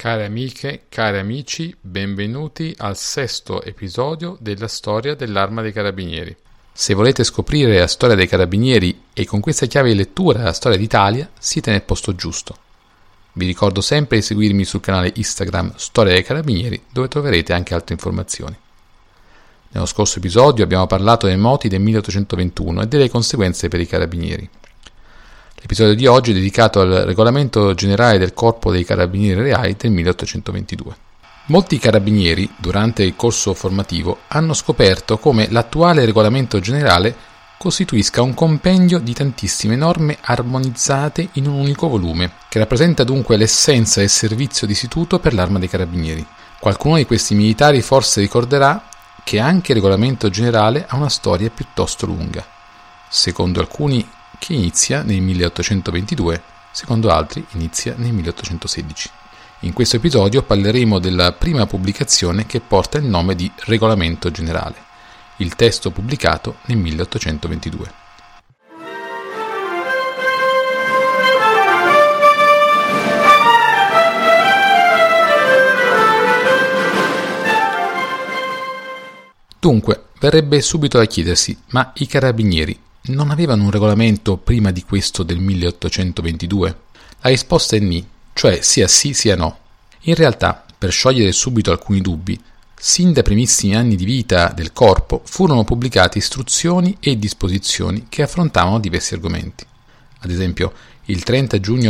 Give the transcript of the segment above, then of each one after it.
Care amiche, cari amici, benvenuti al 6º episodio della storia dell'Arma dei Carabinieri. Se volete scoprire la storia dei Carabinieri e con questa chiave di lettura la storia d'Italia, siete nel posto giusto. Vi ricordo sempre di seguirmi sul canale Instagram Storia dei Carabinieri, dove troverete anche altre informazioni. Nello scorso episodio abbiamo parlato dei moti del 1821 e delle conseguenze per i Carabinieri. L'episodio di oggi è dedicato al regolamento generale del Corpo dei Carabinieri Reali del 1822. Molti carabinieri, durante il corso formativo, hanno scoperto come l'attuale regolamento generale costituisca un compendio di tantissime norme armonizzate in un unico volume, che rappresenta dunque l'essenza del servizio d'istituto per l'Arma dei Carabinieri. Qualcuno di questi militari forse ricorderà che anche il regolamento generale ha una storia piuttosto lunga. Secondo alcuni che inizia nel 1822, secondo altri inizia nel 1816. In questo episodio parleremo della prima pubblicazione che porta il nome di Regolamento Generale, il testo pubblicato nel 1822. Dunque, verrebbe subito da chiedersi, ma i carabinieri non avevano un regolamento prima di questo del 1822? La risposta è ni, cioè sia sì sia no. In realtà, per sciogliere subito alcuni dubbi, sin dai primissimi anni di vita del corpo furono pubblicate istruzioni e disposizioni che affrontavano diversi argomenti. Ad esempio, il 30 giugno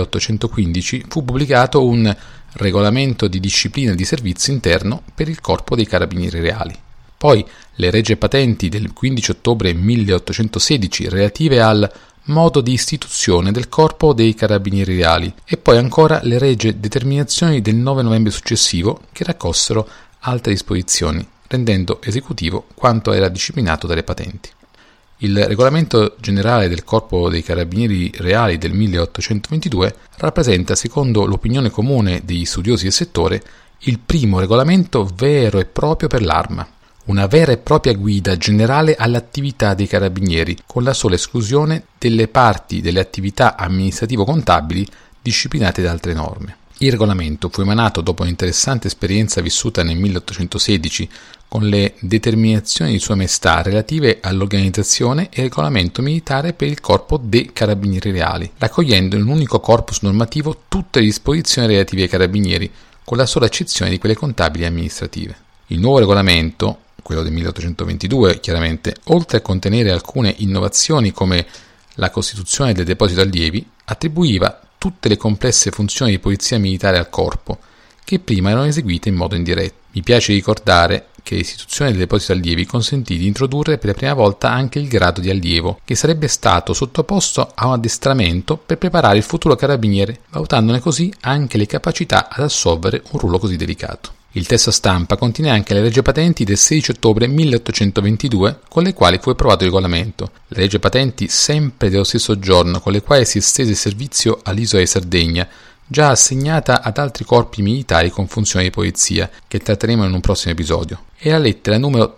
1815 fu pubblicato un regolamento di disciplina di servizio interno per il Corpo dei Carabinieri Reali. Poi le regie patenti del 15 ottobre 1816 relative al modo di istituzione del Corpo dei Carabinieri Reali e poi ancora le regie determinazioni del 9 novembre successivo che raccolsero altre disposizioni, rendendo esecutivo quanto era disciplinato dalle patenti. Il regolamento generale del Corpo dei Carabinieri Reali del 1822 rappresenta, secondo l'opinione comune degli studiosi del settore, il primo regolamento vero e proprio per l'Arma. Una vera e propria guida generale all'attività dei carabinieri, con la sola esclusione delle parti delle attività amministrativo-contabili disciplinate da altre norme. Il regolamento fu emanato dopo un'interessante esperienza vissuta nel 1816 con le determinazioni di Sua Maestà relative all'organizzazione e regolamento militare per il Corpo dei Carabinieri Reali, raccogliendo in un unico corpus normativo tutte le disposizioni relative ai carabinieri, con la sola eccezione di quelle contabili e amministrative. Il nuovo regolamento, quello del 1822 chiaramente, oltre a contenere alcune innovazioni come la costituzione del deposito allievi, attribuiva tutte le complesse funzioni di polizia militare al corpo, che prima erano eseguite in modo indiretto. Mi piace ricordare che l'istituzione del deposito allievi consentì di introdurre per la prima volta anche il grado di allievo, che sarebbe stato sottoposto a un addestramento per preparare il futuro carabiniere, valutandone così anche le capacità ad assolvere un ruolo così delicato. Il testo a stampa contiene anche le regie patenti del 16 ottobre 1822 con le quali fu approvato il regolamento, le regie patenti sempre dello stesso giorno con le quali si estese il servizio all'isola di Sardegna, già assegnata ad altri corpi militari con funzioni di polizia, che tratteremo in un prossimo episodio, e la lettera numero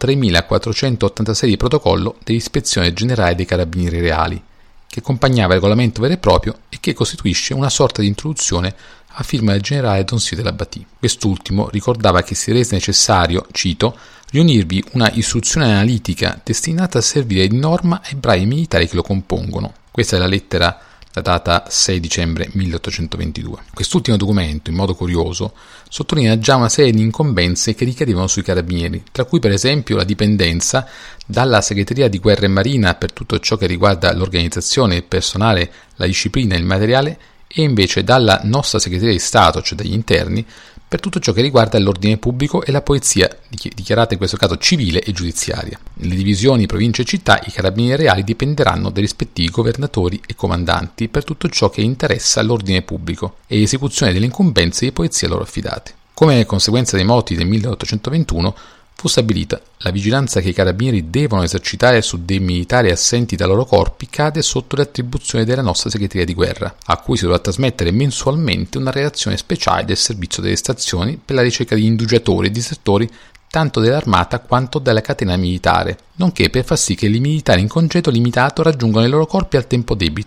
3486 di protocollo dell'Ispezione Generale dei Carabinieri Reali, che accompagnava il regolamento vero e proprio e che costituisce una sorta di introduzione a firma del generale Don Sio della Batì. Quest'ultimo ricordava che si rese necessario, cito, riunirvi una istruzione analitica destinata a servire di norma ai bravi militari che lo compongono. Questa è la lettera datata 6 dicembre 1822. Quest'ultimo documento, in modo curioso, sottolinea già una serie di incombenze che ricadevano sui carabinieri, tra cui per esempio la dipendenza dalla segreteria di guerra e marina per tutto ciò che riguarda l'organizzazione, il personale, la disciplina e il materiale, e invece dalla nostra segreteria di Stato, cioè dagli interni, per tutto ciò che riguarda l'ordine pubblico e la polizia, dichiarata in questo caso civile e giudiziaria. Nelle divisioni province e città i carabinieri reali dipenderanno dai rispettivi governatori e comandanti per tutto ciò che interessa l'ordine pubblico e l'esecuzione delle incombenze di polizia loro affidate. Come conseguenza dei moti del 1821, fu stabilita la vigilanza che i carabinieri devono esercitare su dei militari assenti dai loro corpi cade sotto le attribuzioni della nostra segreteria di guerra, a cui si dovrà trasmettere mensualmente una relazione speciale del servizio delle stazioni per la ricerca di indugiatori e disertori tanto dell'armata quanto della catena militare, nonché per far sì che i militari in congedo limitato raggiungano i loro corpi al tempo debito.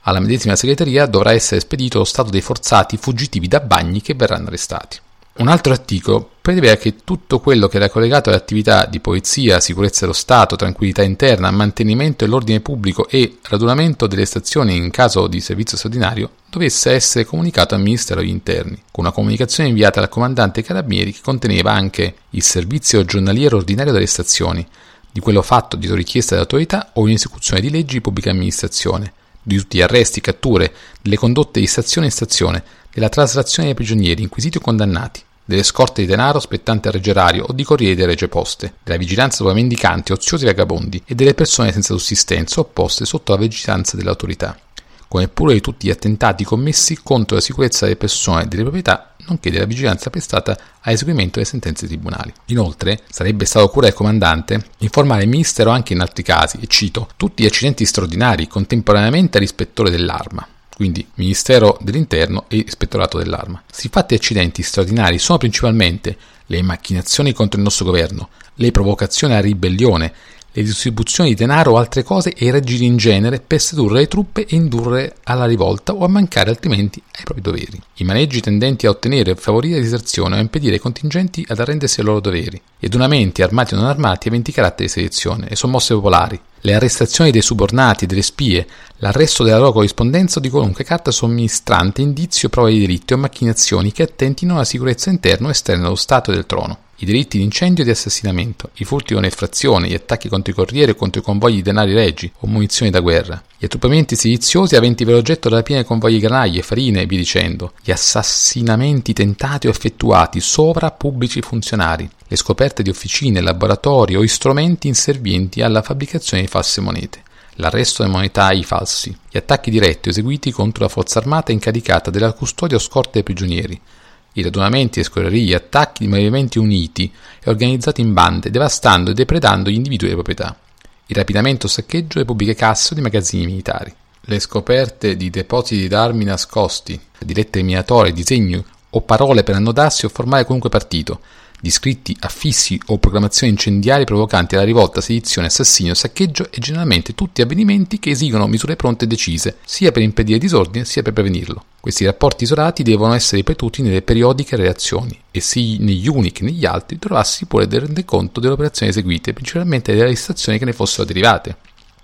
Alla medesima segreteria dovrà essere spedito lo stato dei forzati fuggitivi da Bagni che verranno arrestati. Un altro articolo prevedeva che tutto quello che era collegato alle attività di polizia, sicurezza dello Stato, tranquillità interna, mantenimento dell'ordine pubblico e radunamento delle stazioni in caso di servizio straordinario dovesse essere comunicato al Ministero degli Interni, con una comunicazione inviata al comandante Carabinieri che conteneva anche il servizio giornaliero ordinario delle stazioni, di quello fatto dietro richiesta dell'autorità o in esecuzione di leggi di pubblica amministrazione, di tutti gli arresti, catture, delle condotte di stazione in stazione, della traslazione dei prigionieri, inquisiti o condannati, delle scorte di denaro spettanti al Regio Erario o di corrieri delle Regie Poste, della vigilanza sopra mendicanti, oziosi e vagabondi e delle persone senza sussistenza opposte sotto la vigilanza dell'autorità, come pure di tutti gli attentati commessi contro la sicurezza delle persone e delle proprietà, nonché della vigilanza prestata all'eseguimento delle sentenze dei tribunali. Inoltre, sarebbe stato cura del comandante informare il Ministero anche in altri casi, e cito, tutti gli accidenti straordinari contemporaneamente all'ispettore dell'arma, quindi Ministero dell'Interno e Ispettorato dell'Arma. Siffatti accidenti straordinari sono principalmente le macchinazioni contro il nostro governo, le provocazioni alla ribellione, le distribuzioni di denaro o altre cose e i raggiri in genere per sedurre le truppe e indurre alla rivolta o a mancare altrimenti ai propri doveri. I maneggi tendenti a ottenere o favorire la diserzione o a impedire ai contingenti ad arrendersi ai loro doveri. Gli adunamenti armati o non armati aventi carattere di sedizione e sommosse popolari. Le arrestazioni dei subornati e delle spie, l'arresto della loro corrispondenza o di qualunque carta somministrante indizio o prova di delitti o macchinazioni che attentino alla sicurezza interna o esterna dello Stato e del trono. I delitti di incendio e di assassinamento, i furti con effrazione, gli attacchi contro i corrieri o contro i convogli di denari reggi o munizioni da guerra, gli attruppamenti sediziosi aventi per oggetto la rapina di convogli di granaglie, farine e via dicendo, gli assassinamenti tentati o effettuati sovra pubblici funzionari, le scoperte di officine, laboratori o strumenti inservienti alla fabbricazione di false monete, l'arresto dei monetai falsi, gli attacchi diretti eseguiti contro la forza armata incaricata della custodia o scorta dei prigionieri, i radunamenti, le scorrerie, gli attacchi di movimenti uniti e organizzati in bande, devastando e depredando gli individui e le proprietà, il rapinamento o saccheggio delle pubbliche casse o dei magazzini militari, le scoperte di depositi d'armi nascosti, di lettere minatorie, disegni o parole per annodarsi o formare qualunque partito, di scritti, affissi o proclamazioni incendiarie provocanti alla rivolta, sedizione, assassinio, saccheggio e generalmente tutti avvenimenti che esigono misure pronte e decise, sia per impedire disordine sia per prevenirlo. Questi rapporti isolati devono essere ripetuti nelle periodiche relazioni e sì negli uni che negli altri trovarsi pure del rendiconto delle operazioni eseguite, principalmente delle arrestazioni che ne fossero derivate.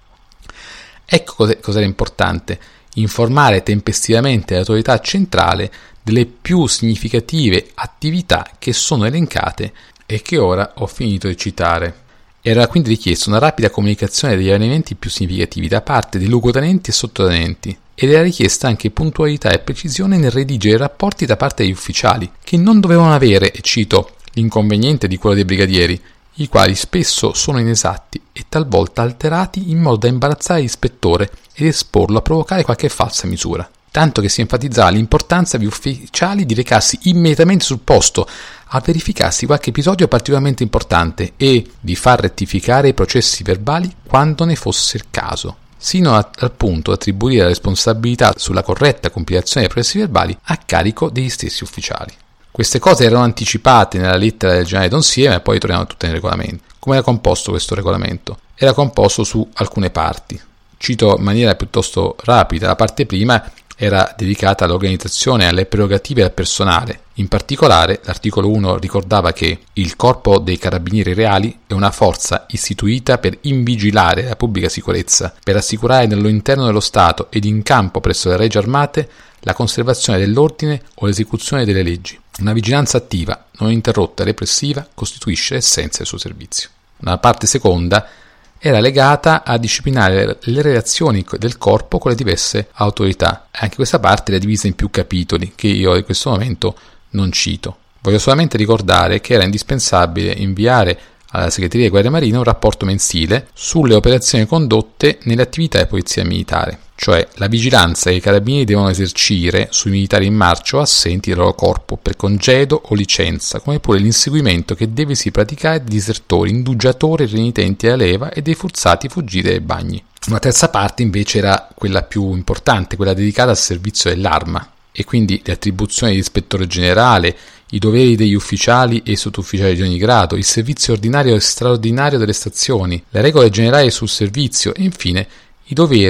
Ecco cos'era importante: informare tempestivamente l'autorità centrale delle più significative attività che sono elencate e che ora ho finito di citare. Era quindi richiesta una rapida comunicazione degli avvenimenti più significativi da parte dei luogotenenti e sottotenenti, ed era richiesta anche puntualità e precisione nel redigere rapporti da parte degli ufficiali, che non dovevano avere, e cito, l'inconveniente di quello dei brigadieri, i quali spesso sono inesatti e talvolta alterati in modo da imbarazzare l'ispettore ed esporlo a provocare qualche falsa misura. Tanto che si enfatizzava l'importanza degli ufficiali di recarsi immediatamente sul posto a verificarsi qualche episodio particolarmente importante e di far rettificare i processi verbali quando ne fosse il caso, sino al punto da attribuire la responsabilità sulla corretta compilazione dei processi verbali a carico degli stessi ufficiali. Queste cose erano anticipate nella lettera del generale Donsier, ma poi torniamo tutte nel regolamento. Come era composto questo regolamento? Era composto su alcune parti. Cito in maniera piuttosto rapida. La parte prima era dedicata all'organizzazione e alle prerogative del personale. In particolare, l'articolo 1 ricordava che il Corpo dei Carabinieri Reali è una forza istituita per invigilare la pubblica sicurezza, per assicurare nell'interno dello Stato ed in campo presso le Regie Armate la conservazione dell'ordine o l'esecuzione delle leggi. Una vigilanza attiva, non interrotta e repressiva costituisce l'essenza del suo servizio. Una parte seconda era legata a disciplinare le relazioni del corpo con le diverse autorità. Anche questa parte era divisa in più capitoli, che io in questo momento non cito. Voglio solamente ricordare che era indispensabile inviare alla Segreteria di Guardia Marina un rapporto mensile sulle operazioni condotte nelle attività di polizia militare, cioè la vigilanza che i carabinieri devono esercire sui militari in marcia o assenti del loro corpo per congedo o licenza, come pure l'inseguimento che deve si praticare di disertori, indugiatori, renitenti alla leva e dei forzati fuggiti dai bagni. Una terza parte invece era quella più importante, quella dedicata al servizio dell'arma, e quindi le attribuzioni dell'ispettore generale, i doveri degli ufficiali e sottufficiali di ogni grado, il servizio ordinario e straordinario delle stazioni, le regole generali sul servizio e infine i doveri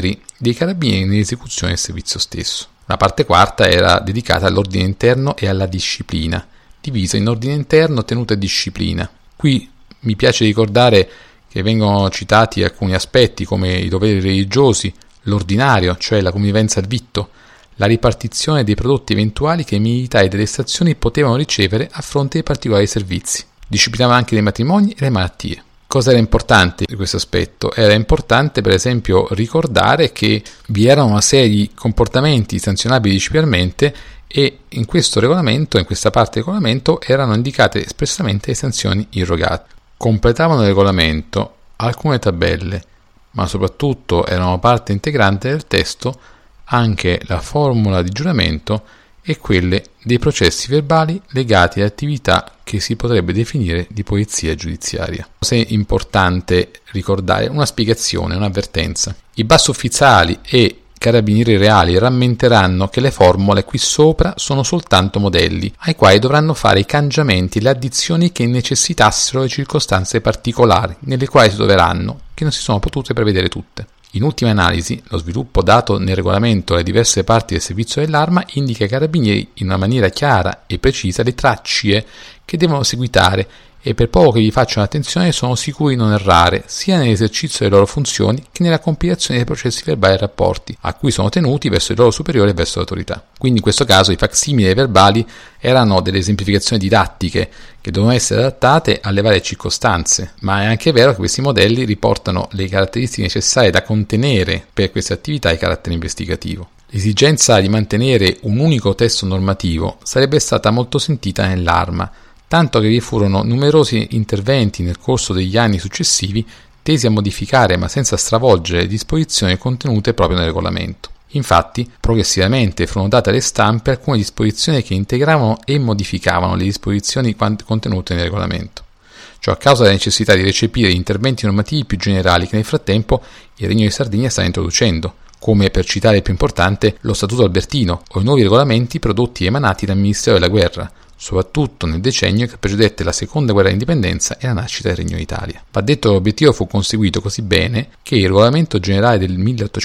dei carabinieri nell'esecuzione del servizio stesso. La parte quarta era dedicata all'ordine interno e alla disciplina, divisa in ordine interno, tenuta e disciplina. Qui mi piace ricordare che vengono citati alcuni aspetti come i doveri religiosi, l'ordinario, cioè la convivenza al vitto, la ripartizione dei prodotti eventuali che i militari delle stazioni potevano ricevere a fronte dei particolari servizi. Disciplinava anche dei matrimoni e le malattie. Cosa era importante di questo aspetto? Era importante, per esempio, ricordare che vi erano una serie di comportamenti sanzionabili disciplinarmente e in questo regolamento, in questa parte del regolamento, erano indicate espressamente le sanzioni irrogate. Completavano il regolamento alcune tabelle, ma soprattutto erano parte integrante del testo anche la formula di giuramento e quelle dei processi verbali legati alle attività che si potrebbe definire di polizia giudiziaria. Cosa è importante ricordare? Una spiegazione, un'avvertenza. I bassufficiali e carabinieri reali rammenteranno che le formule qui sopra sono soltanto modelli, ai quali dovranno fare i cangiamenti e le addizioni che necessitassero le circostanze particolari, nelle quali si troveranno, che non si sono potute prevedere tutte. In ultima analisi, lo sviluppo dato nel regolamento alle diverse parti del servizio dell'arma indica ai carabinieri in una maniera chiara e precisa le tracce che devono seguitare e per poco che vi facciano attenzione sono sicuri di non errare sia nell'esercizio delle loro funzioni che nella compilazione dei processi verbali e rapporti a cui sono tenuti verso il loro superiore e verso l'autorità. Quindi in questo caso i facsimili dei verbali erano delle esemplificazioni didattiche che dovevano essere adattate alle varie circostanze, ma è anche vero che questi modelli riportano le caratteristiche necessarie da contenere per queste attività di carattere investigativo. L'esigenza di mantenere un unico testo normativo sarebbe stata molto sentita nell'arma, tanto che vi furono numerosi interventi nel corso degli anni successivi tesi a modificare ma senza stravolgere le disposizioni contenute proprio nel regolamento. Infatti, progressivamente furono date alle stampe alcune disposizioni che integravano e modificavano le disposizioni contenute nel regolamento. Ciò a causa della necessità di recepire gli interventi normativi più generali che nel frattempo il Regno di Sardegna stava introducendo, come per citare il più importante lo Statuto Albertino o i nuovi regolamenti prodotti e emanati dal Ministero della Guerra, soprattutto nel decennio che precedette la seconda guerra d'indipendenza e la nascita del Regno d'Italia. Va detto che l'obiettivo fu conseguito così bene che il regolamento generale del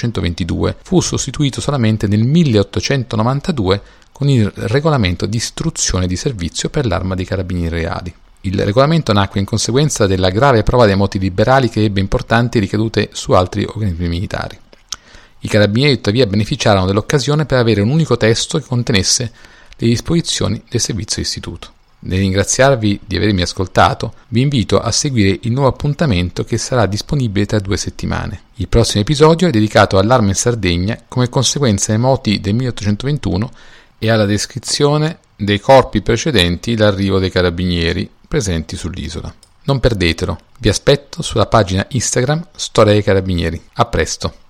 1822 fu sostituito solamente nel 1892 con il regolamento di istruzione di servizio per l'arma dei carabinieri reali. Il regolamento nacque in conseguenza della grave prova dei moti liberali che ebbe importanti ricadute su altri organismi militari. I carabinieri tuttavia beneficiarono dell'occasione per avere un unico testo che contenesse le disposizioni del servizio istituto. Nel ringraziarvi di avermi ascoltato, vi invito a seguire il nuovo appuntamento che sarà disponibile tra 2 settimane. Il prossimo episodio è dedicato all'arma in Sardegna come conseguenza dei moti del 1821 e alla descrizione dei corpi precedenti l'arrivo dei carabinieri presenti sull'isola. Non perdetelo, vi aspetto sulla pagina Instagram Storia dei Carabinieri. A presto!